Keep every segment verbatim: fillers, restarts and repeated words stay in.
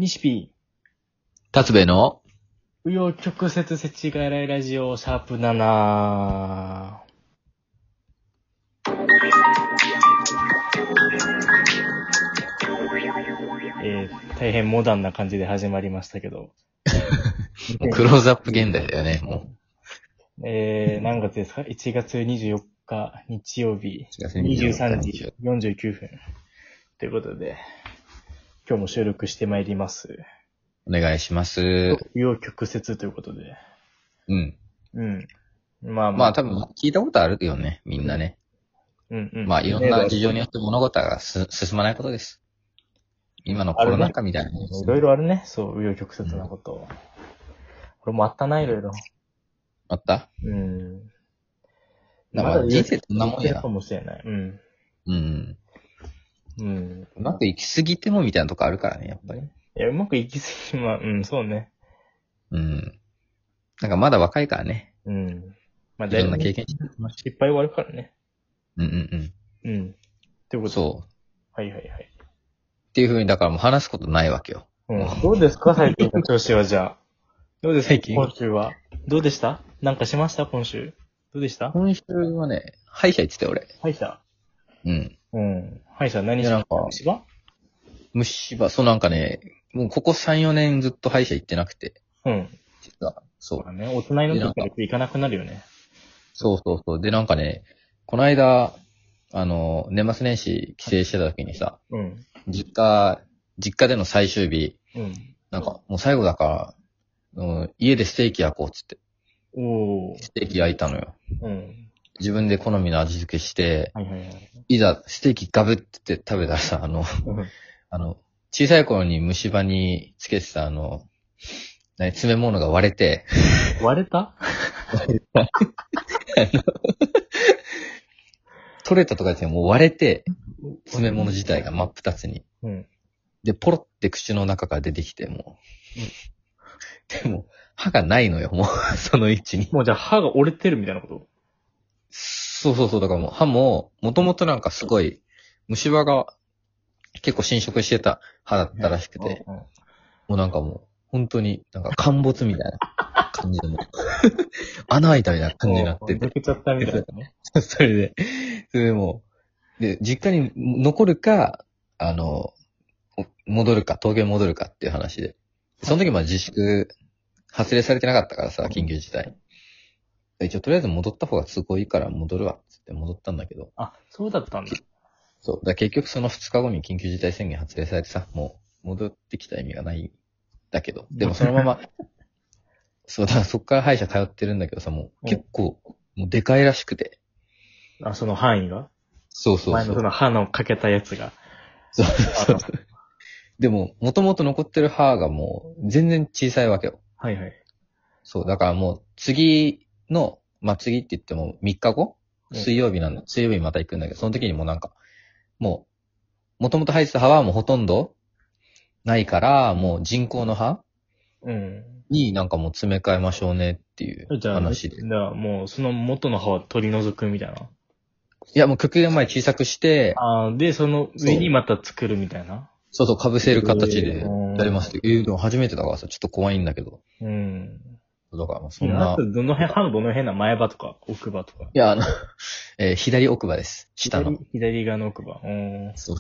西ピ達兵衛のー、紆余曲折世知辛いラジオ、シャープなな。えー、大変モダンな感じで始まりましたけど。 クローズアップ現代だよね、もう。えー、何月ですか ?いち 月にじゅうよっか日曜日、にじゅうさんじよんじゅうきゅうふん。ということで、今日も収録してまいります。 お願いします。 紆余曲折ということで。 うん。 うん。まあまあ多分聞いたことあるよね、みんなね。 うんうん。 まあいろんな事情によって物事がす進まないことです。今のコロナ禍みたいなもんですいね。 ろいろあるね。そう、紆余曲折なこと。これもあったな、いろいろ。 あったうん。 だから人生そんなもんやなか。もしれない。うん。 うん。 うん。 うまくいきすぎてもみたいなとこあるからね、やっぱり。 いや、うまくいきすぎ、まあ、うん、そうね。 うん。なんかまだ若いからね。 うん。まあ、 いろんな経験してきましいっぱい終わるからね。 た。うんうんうん。ってことうん。そう。 はいはいはい。 っていう風に、だからもう話すことないわけよ。 うんも。 どうですか最近の調子はじゃあ。どうですか最近今週は。どうでしたなんかしました今週。どうでした今週はね、歯医者行ってたよ、俺。 歯医者。 うん。 うん。歯医者何しいやなんか虫歯虫歯、そうなんかね、もうここさん、よねんずっと歯医者行ってなくて、 うん。 実は。そう。 まあね、大人になってから行かなくなるよね。 そうそうそう。で、なんかね、この間、あの、年末年始帰省してた時にさ、 うん。 実家、実家での最終日、 うん。 なんかもう最後だから、うん、家でステーキ焼こうっつって、 おー。 ステーキ焼いたのよ。 うん。 自分で好みの味付けして、 はいはいはい。 いざステーキガブって食べたらさ、あの、あの、小さい頃に虫歯につけてたあの、何、詰め物が割れて、 割れた取れたとか言ってもう割れて、詰め物自体が真っ二つに。 うん。 で、ポロって口の中から出てきて、もう。でも、歯がないのよ、もう、その位置に。 もうじゃあ歯が折れてるみたいなことそうそうそう、だからもう歯も、もともとなんかすごい、虫歯が結構侵食してた歯だったらしくて、 うんうんもうなんかもう、本当になんか陥没みたいな感じでもう、穴開いたみたいな感じになってて。 抜けちゃったみたいなね。 それで、それでもう、で、実家に残るか、あの、戻るか、東京に戻るかっていう話で。その時まあ自粛、発令されてなかったからさ、緊急事態。一応とりあえず戻った方が都合いいから戻るわ、つって戻ったんだけど。 あ、そうだったんだ。 そう。だから結局そのふつかごに緊急事態宣言発令されてさ、もう戻ってきた意味がないんだけど。でもそのまま、そうだ、そっから歯医者通ってるんだけどさ、もう結構、もうでかいらしくて。 あ、その範囲がそうそうそう。 前のその歯のかけたやつが。 そうそうそう。でも、もともと残ってる歯がもう全然小さいわけよ。 はいはい。 そう。だからもう次の、まあ、次って言ってもみっかごうん水曜日なんだ。水曜日にまた行くんだけど、その時にもうなんか、もう、もともと生えてた歯はもうほとんどないから、もう人工の歯うん。 になんかもう詰め替えましょうねっていうじゃあ、 話で。 じゃあもうその元の歯を取り除くみたいな。 いや、もう極限前小さくして、 ああ、で、その上にまた作るみたいな。 そうそう、被せる形でえーやりますって。えー、でも初めてだからさ、ちょっと怖いんだけど。 うん。 だから、そんな。 あとどの辺、歯のどの辺な前歯とか奥歯とか。 いや、あの、えー左奥歯です。下の。 左、左側の奥歯。うん。 そう。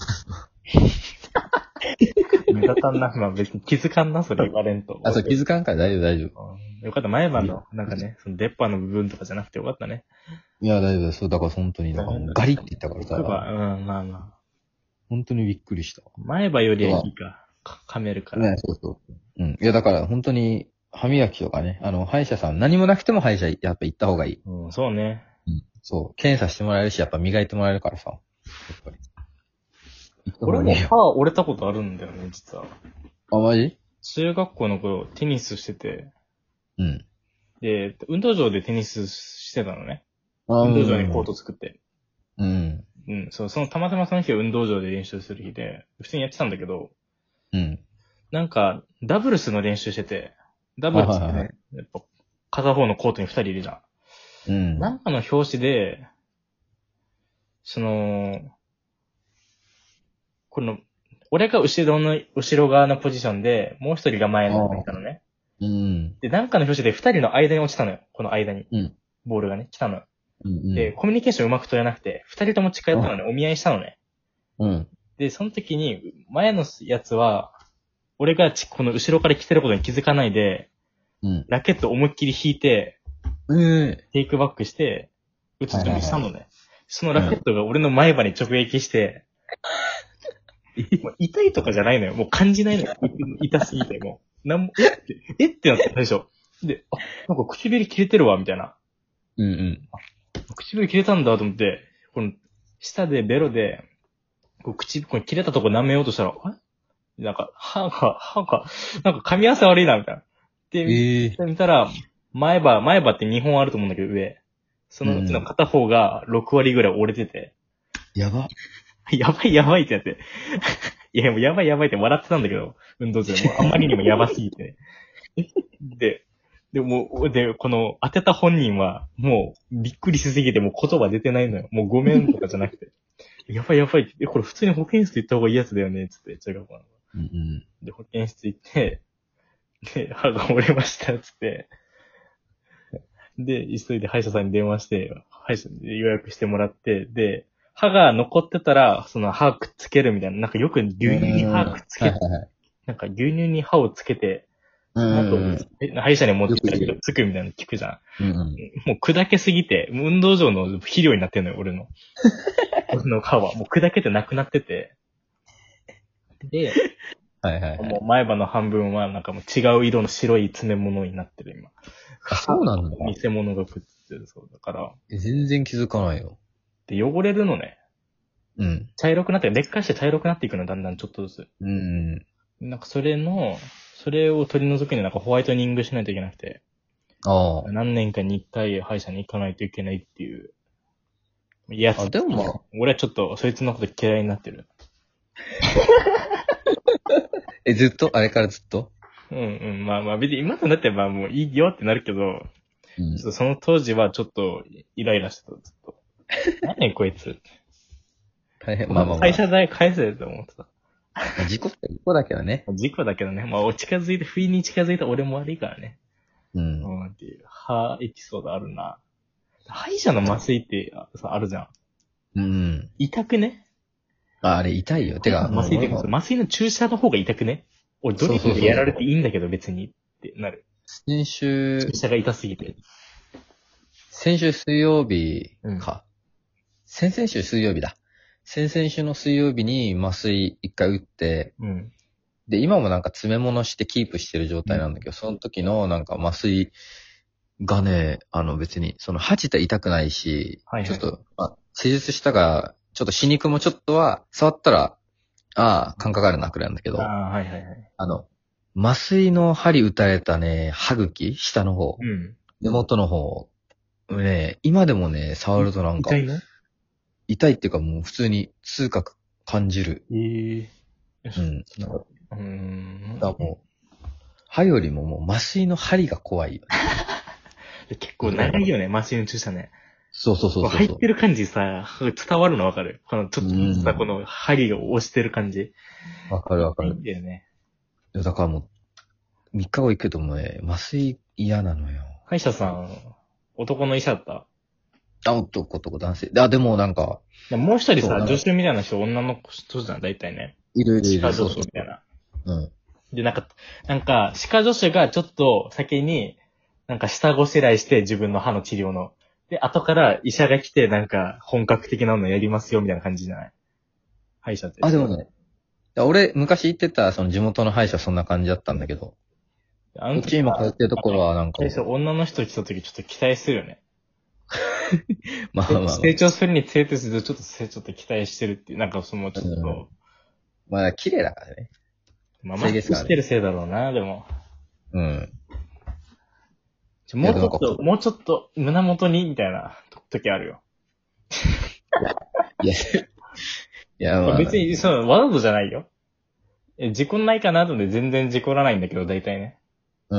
目立たんな。まあ別に気づかんな、それ言われんと。 あ、そう、気づかんから大丈夫、大丈夫。 うんよかった、前歯の、なんかね、その出っ歯の部分とかじゃなくてよかったね。 いや、大丈夫です。そう、だから本当に、なんかもうガリって言ったから奥歯、 さ、 うん、まあまあ。 本当にびっくりした。 前歯よりはいいか。か噛めるから。 ね、そうそう。うん。いや、だから本当に、歯磨きとかね、あの、歯医者さん、何もなくても歯医者やっぱ行った方がいい。 うん、そうね。 うん。そう。検査してもらえるし、やっぱ磨いてもらえるからさ。やっぱり。行った方俺もがいいよ。 歯折れたことあるんだよね、実は。 あ、マジ？ 中学校の頃、テニスしてて、 うん。 で、運動場でテニスしてたのね。 あ運動場にコート作って。 うん。 うん、そう、その、たまたまその日は運動場で練習する日で、普通にやってたんだけど、 うん。 なんか、ダブルスの練習してて、ダブルスってはいはいはね、やっぱ、片方のコートに二人いるじゃん。 うん。 なんかの表紙で、その、この、 俺が後ろの、後ろ側のポジションで、もう一人が前の方にいたのね。 うん。 で、なんかの表紙で二人の間に落ちたのよ。この間に。 うん。 ボールがね、来たのよ。 うんうん、 で、コミュニケーションうまく取れなくて、二人とも近寄ったのね、お見合いしたのね。 うん。 で、その時に、前のやつは、俺がちこの後ろから来てることに気づかないで、 うん、 ラケット思いっきり引いて、 うん、 テイクバックして、打つ準備したのね。はいはいはい、そのラケットが俺の前歯に直撃して、うん、もう痛いとかじゃないのよ。もう感じないのよ。痛すぎて、もう。なんも、えって、えってなった最初。で、あ、なんか唇切れてるわ、みたいな。 うんうん。 唇切れたんだと思って、この、舌でベロで、こう口、これ切れたとこ舐めようとしたら、あれなんか、歯が、歯が、なんか噛み合わせ悪いな、みたいな。で、えー、見たら、前歯、前歯ってにほんあると思うんだけど、上。そのうちの片方がろくわりぐらい折れてて。 やば。 やばいやばいってやって。いや、もうやばいやばいって笑ってたんだけど、運動中でもあんまりにもやばすぎて。で、でも、で、この当てた本人は、もうびっくりしすぎて、もう言葉出てないのよ。もうごめんとかじゃなくて。やばいやばいって、これ普通に保健室行った方がいいやつだよね、つって、中学校の。 うんうん、 で、保健室行って、で、歯が折れました、つって。で、急いで歯医者さんに電話して、歯医者で予約してもらって、で、歯が残ってたら、その歯くっつけるみたいな、なんかよく牛乳に歯くっつけて、なんか牛乳に歯をつけて、あと、歯医者に持ってきたらくっつくみたいなの聞くじゃん。うんうん、もう砕けすぎて、運動場の肥料になってんのよ、俺の。俺の歯は。もう砕けてなくなってて。で、 はいはいはい、 もう前歯の半分はなんかもう違う色の白い詰め物になってる、今。 あ、そうなんだ。 偽物がくっついてるそうだから。 全然気づかないよ。 で、汚れるのね。 うん。 茶色くなって、劣化して茶色くなっていくの、だんだんちょっとずつ。 うん。 なんかそれの、それを取り除くになんかホワイトニングしないといけなくて。 ああ。 何年かに一回歯医者に行かないといけないっていう。いや、 あ、でもまあ。 俺はちょっとそいつのこと嫌いになってる。 え、ずっとあれからずっとうんうん。まあまあ、別に今となってはもういいよってなるけど、うん、ちょっとその当時はちょっとイライラしてた、ずっと。何やこいつ。 大変、まあまあ、まあ。 会社代返せと思ってた。 事故って事故だけどね。 事故だけどね。まあ、近づいて、不意に近づいた俺も悪いからね。 うん。 うん、っていう、歯エピソードあるな。歯医者の麻酔ってさ、あるじゃん。 うん。 痛くね？ あ、あれ痛いよ。てか、 麻酔ってか、麻酔の注射の方が痛くね？俺、ドリルでやられていいんだけど別にってなる。 先週、 注射が痛すぎて。 先週水曜日か。うん、先々週水曜日だ。先々週の水曜日に麻酔一回打って、うん、で、今もなんか詰め物してキープしてる状態なんだけど、うん、その時のなんか麻酔がね、あの別に、その歯自体痛くないし、はいはい、ちょっと、まあ、施術したが、ちょっと歯肉もちょっとは、触ったら、ああ、感覚あるなくらいなんだけど、 ああ、はいはいはい。 あの、麻酔の針打たれたね、歯茎、下の方、うん、根元の方、ね、今でもね、触るとなんか、 痛いの？ 痛いっていうかもう普通に痛覚感じる。 ええー。 うん。 なんかうーん。 だもう、歯よりももう麻酔の針が怖いよ、 ね。結構長いよね、麻酔の注射ね。 そうそうそうそう。 入ってる感じさ、伝わるのわかる？このちょっとさ、この針を押してる感じ。 わかるわかる。 いいんだよね。 だからもう、みっかご行くともね、麻酔嫌なのよ。 歯医者さん、男の医者だった？ あ、男、男、男性。あ、でもなんか。 もう一人さ、助手みたいな人、女の人じゃん、大体ね。 いるいるいる。 歯科助手みたいな。 うん。 で、なんか、なんか、歯科助手がちょっと先に、なんか下ごしらえして自分の歯の治療の。で、後から医者が来て、なんか、本格的なのやりますよ、みたいな感じじゃない？歯医者って。 あ、でもね。俺、昔行ってた、その地元の歯医者そんな感じだったんだけど。あの時今通ってるところはなんか。 最初、女の人来た時ちょっと期待するよね。 まあまあ、まあ。 成長するにつれてすると、ちょっと、ちょっと期待してるっていう、なんかその、ちょっと。うん、 まあ、綺麗だからね。 まあ、マスクしてるせいだろうな、でも。 うん。 もうちょっと、もうちょっと、胸元に、みたいな時あるよ。 いや、いや、まあ、 別に、そう、わざとじゃないよ。え、事故ないかなと思って全然事故らないんだけど、大体ね。 うん。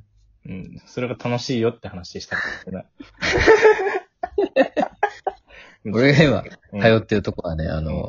うん。それが楽しいよって話したからね。 俺が今、通ってるとこはね、あの、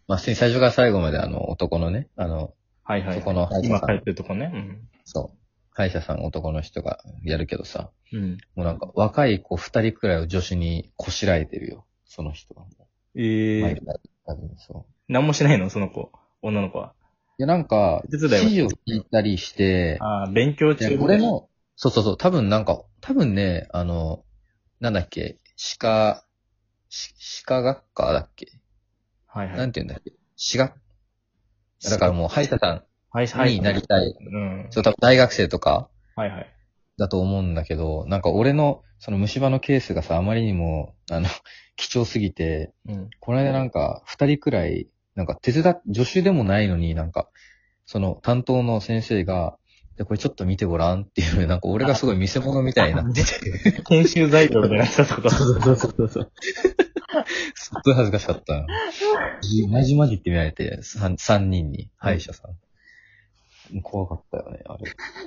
まあ、普通に最初から最後まであの、男のね、あの、 はいはい、はい。 そこの歯医者さん。 今通ってるとこね。うん。 そう。歯医者さん男の人がやるけどさ、 うん。 もうなんか若い子二人くらいを助手にこしらえてるよ。その人はもう。 ええー。 毎回多分そう。 何もしないのその子。女の子は。 いや、なんか、 手伝いは指示を聞いたりして、 ああ、勉強中で俺の、そうそうそう、多分なんか、多分ね、あの、なんだっけ、歯科、し歯科学科だっけ、 はいはい。 なんて言うんだっけ歯学、だからもう歯医者さはいはい。 んになりたい。 うん。 そう、多分大学生とかはいはい。 だと思うんだけど、なんか俺の、その虫歯のケースがさ、あまりにも、あの、貴重すぎて、 うん。 この間なんか、二人くらい、なんか手伝っ、助手でもないのになんか、その担当の先生が、で、これちょっと見てごらんっていうので、なんか俺がすごい見せ物みたいになってて。 研修材料みたいなやつだとか。 そうそうそうそう。すっごい恥ずかしかったな。マジマジって見られて、三、三人に、歯医者さん。怖かったよね、あれ。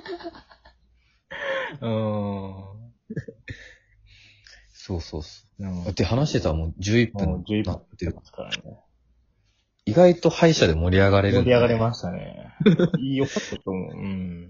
うーん。 そうそうそうう。 ん。 で、話してたらもうじゅういっぷもうんじゅういっぷんなってるで。すからね。 意外と歯医者で盛り上がれるんだね。 盛り上がりましたね。よかったと思う。うん。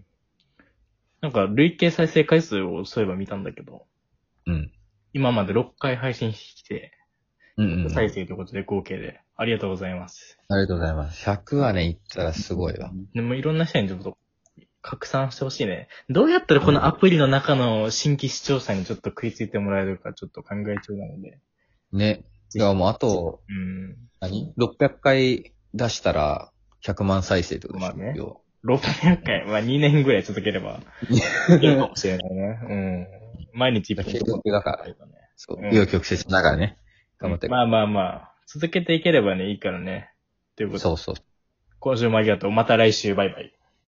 なんか、累計再生回数をそういえば見たんだけど、 うん。 今までろっかい配信してきて、 うんうんうん。 再生ということで合計で、ありがとうございます。 ありがとうございます。ひゃくはね、いったらすごいわ。 でもいろんな人にちょっと拡散してほしいね。どうやったらこのアプリの中の新規視聴者にちょっと食いついてもらえるかちょっと考え中なので。 ね。いや、もうあと、 うん。 何 ?ろっぴゃっかい出したらひゃくまん再生ってことでしょ。 まあね要ろっぴゃっかい、まあにねんぐらい続ければ、いけるかもしれないね。うん。毎日いっぷん継続だからね。 そう。 うん紆余曲折しながらね。頑張って。 まあまあまあ、続けていければね、いいからね。ということで、 そうそう。 今週もありがとう。また来週、バイバイ。